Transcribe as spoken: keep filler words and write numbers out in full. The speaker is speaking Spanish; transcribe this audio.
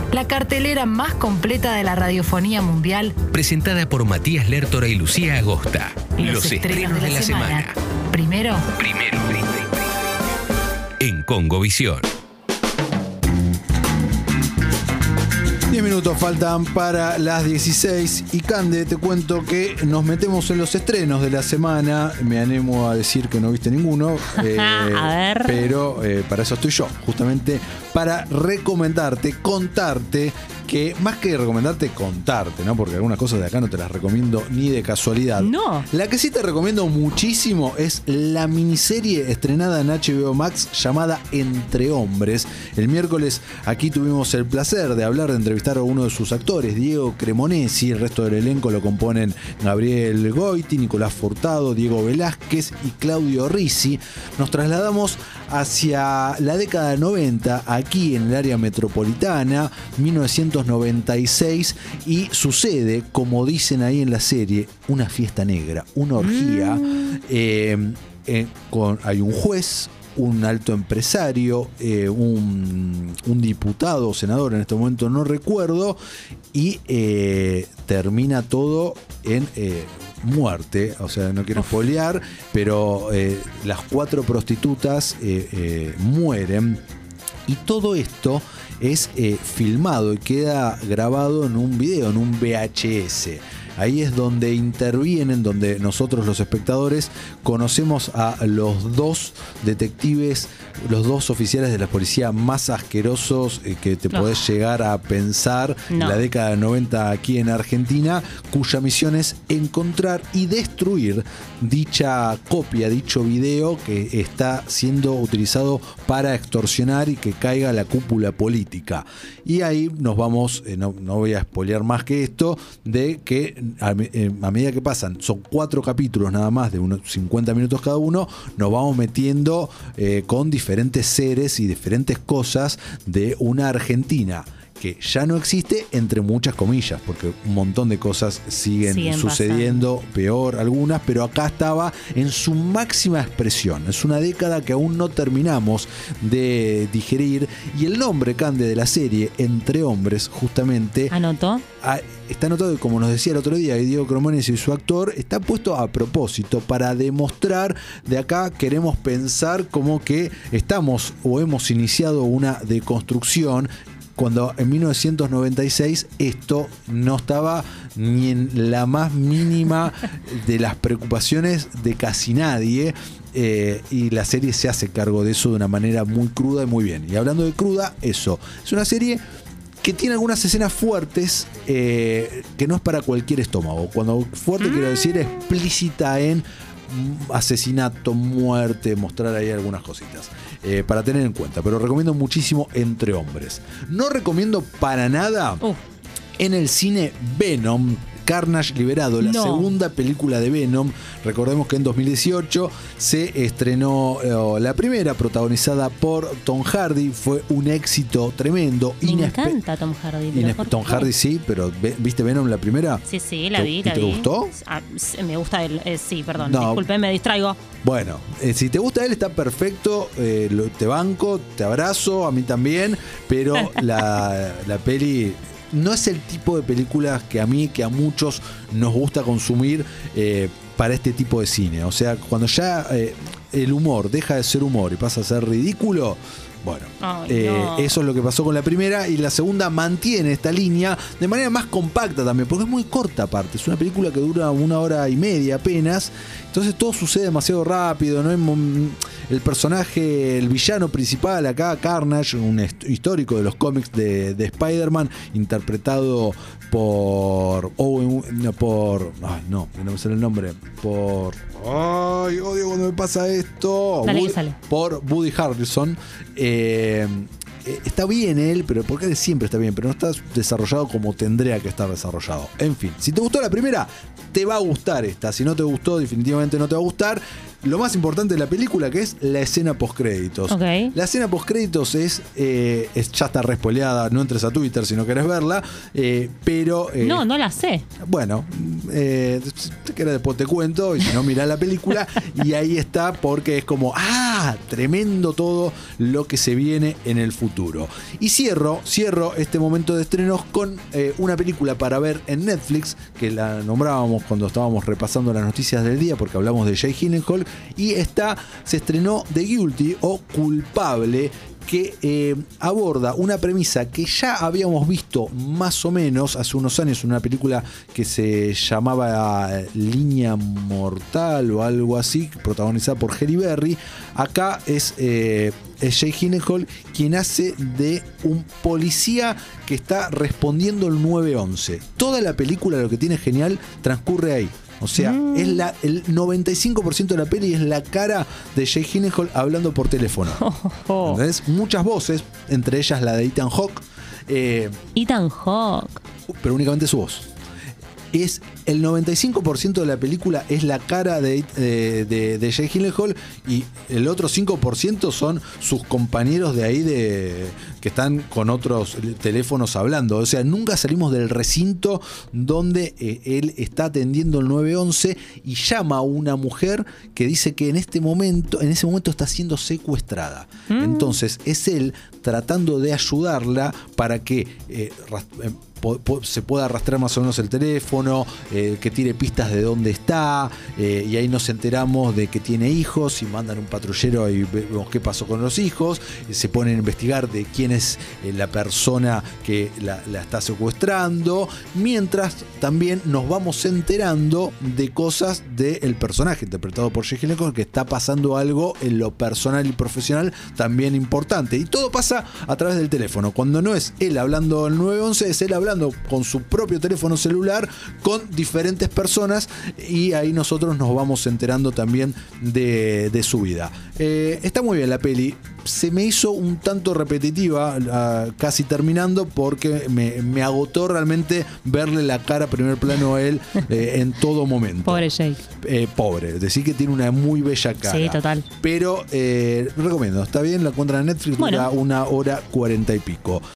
la cartelera más completa de la radiofonía mundial, presentada por Matías Lertora y Lucía Agosta. Los, Los estrenos, estrenos de la semana. Primero, Primero, en Congovisión. diez minutos faltan para las dieciséis y Cande, te cuento que nos metemos en los estrenos de la semana. Me animo a decir que no viste ninguno, eh, a ver. pero eh, para eso estoy yo, justamente para recomendarte, contarte que más que recomendarte, contarte, ¿no? Porque algunas cosas de acá no te las recomiendo ni de casualidad. No. La que sí te recomiendo muchísimo es la miniserie estrenada en H B O Max llamada Entre Hombres. El miércoles aquí tuvimos el placer de hablar, de entrevistar a uno de sus actores, Diego Cremonesi. El resto del elenco lo componen Gabriel Goiti, Nicolás Furtado, Diego Velázquez y Claudio Risi. Nos trasladamos hacia la década noventa, aquí en el área metropolitana, mil novecientos noventa y seis, y sucede, como dicen ahí en la serie, una fiesta negra, una orgía. Mm. Eh, eh, con, hay un juez, un alto empresario, eh, un, un diputado o senador, en este momento no recuerdo, y eh, termina todo en eh, muerte. O sea, no quiero spoilear, pero eh, las cuatro prostitutas eh, eh, mueren, y todo esto es eh, filmado y queda grabado en un video, en un V H S. Ahí es donde intervienen, donde nosotros los espectadores conocemos a los dos detectives, los dos oficiales de la policía más asquerosos eh, que te no. podés llegar a pensar no. en la década del noventa aquí en Argentina, cuya misión es encontrar y destruir dicha copia, dicho video que está siendo utilizado para extorsionar y que caiga la cúpula política. Y ahí nos vamos, eh, no, no voy a spoilear más que esto, de que A, a medida que pasan, son cuatro capítulos nada más de unos cincuenta minutos cada uno, nos vamos metiendo eh, con diferentes seres y diferentes cosas de una Argentina que ya no existe, entre muchas comillas, porque un montón de cosas siguen, siguen sucediendo, pasando. Peor algunas, pero acá estaba en su máxima expresión. Es una década que aún no terminamos de digerir, y el nombre, Cande, de la serie, Entre Hombres, justamente... ¿Anotó? A, está anotado, como nos decía el otro día Diego Cremonesi y su actor, está puesto a propósito para demostrar, de acá queremos pensar como que estamos o hemos iniciado una deconstrucción, cuando en mil novecientos noventa y seis esto no estaba ni en la más mínima de las preocupaciones de casi nadie, eh, y la serie se hace cargo de eso de una manera muy cruda y muy bien. Y hablando de cruda, eso, es una serie que tiene algunas escenas fuertes, eh, que no es para cualquier estómago. Cuando fuerte mm. quiero decir explícita en asesinato, muerte, mostrar ahí algunas cositas eh, para tener en cuenta, pero recomiendo muchísimo Entre Hombres. No recomiendo para nada uh. en el cine Venom, Carnage Liberado, la no. segunda película de Venom. Recordemos que en dos mil dieciocho se estrenó eh, la primera, protagonizada por Tom Hardy. Fue un éxito tremendo. Me Inespe- encanta Tom Hardy. Inespe- Tom Hardy, sí, pero ¿viste Venom la primera? Sí, sí, la vi, la ¿Te vi. gustó? Ah, me gusta él, eh, sí, perdón, no. disculpe, me distraigo. Bueno, eh, si te gusta él está perfecto, eh, lo, te banco, te abrazo, a mí también, pero la, la peli... no es el tipo de películas que a mí, que a muchos nos gusta consumir eh, para este tipo de cine. O sea, cuando ya eh, el humor deja de ser humor y pasa a ser ridículo, bueno, Ay, eh, no. eso es lo que pasó con la primera, y la segunda mantiene esta línea de manera más compacta también, porque es muy corta aparte. Es una película que dura una hora y media apenas, entonces todo sucede demasiado rápido, ¿no? El personaje, el villano principal acá, Carnage, un histórico de los cómics de, de Spider-Man, interpretado por Owen, por ay no, no me sale el nombre, por ay, odio cuando me pasa esto. Dale, Woody, sale. Por Woody Harrelson. Eh, está bien él, pero porque él siempre está bien, pero no está desarrollado como tendría que estar desarrollado. En fin, si te gustó la primera, te va a gustar esta. Si no te gustó, definitivamente no te va a gustar. lo más importante de la película, que es la escena postcréditos. Ok. La escena postcréditos es, eh, es ya está respoileada, no entres a Twitter si no querés verla, eh, pero... eh, No, no la sé. Bueno, eh, si te querés después te cuento, y si no, mirá la película, y ahí está, porque es como, ¡ah! Tremendo todo lo que se viene en el futuro. Y cierro, cierro este momento de estrenos con eh, una película para ver en Netflix, que la nombrábamos cuando estábamos repasando las noticias del día, porque hablamos de Jake Gyllenhaal, y esta se estrenó The Guilty o Culpable, que eh, aborda una premisa que ya habíamos visto más o menos hace unos años en una película que se llamaba Línea Mortal o algo así, protagonizada por Halle Berry. Acá es, eh, es Jake Gyllenhaal quien hace de un policía que está respondiendo el nueve once. Toda la película, lo que tiene genial, transcurre ahí. O sea, mm. es la, el noventa y cinco por ciento de la peli es la cara de Jake Gyllenhaal hablando por teléfono. Oh, oh. ¿Entendés? Muchas voces, entre ellas la de Ethan Hawke. Eh, Ethan Hawke. Pero únicamente su voz. Es el noventa y cinco por ciento de la película es la cara de, de, de, de Jake Gyllenhaal, y el otro cinco por ciento son sus compañeros de ahí de, que están con otros teléfonos hablando. O sea, nunca salimos del recinto donde eh, él está atendiendo el nueve once y llama a una mujer que dice que en este momento, en ese momento está siendo secuestrada. Mm. Entonces es él tratando de ayudarla para que eh, eh, se pueda arrastrar más o menos el teléfono, eh, que tire pistas de dónde está, eh, y ahí nos enteramos de que tiene hijos y mandan un patrullero y vemos qué pasó con los hijos, se ponen a investigar de quién es eh, la persona que la, la está secuestrando, mientras también nos vamos enterando de cosas del personaje interpretado por Jake Gyllenhaal, que está pasando algo en lo personal y profesional también importante, y todo pasa a través del teléfono. Cuando no es él hablando al nueve once, es él hablando con su propio teléfono celular con diferentes personas, y ahí nosotros nos vamos enterando también de, de su vida. Eh, está muy bien la peli. Se me hizo un tanto repetitiva uh, casi terminando, porque me, me agotó realmente verle la cara a primer plano a él eh, en todo momento. Pobre Jake. Eh, pobre, decir que tiene una muy bella cara. Sí, total. Pero eh, recomiendo, está bien, la encuentran en Netflix, bueno. Dura una hora cuarenta y pico.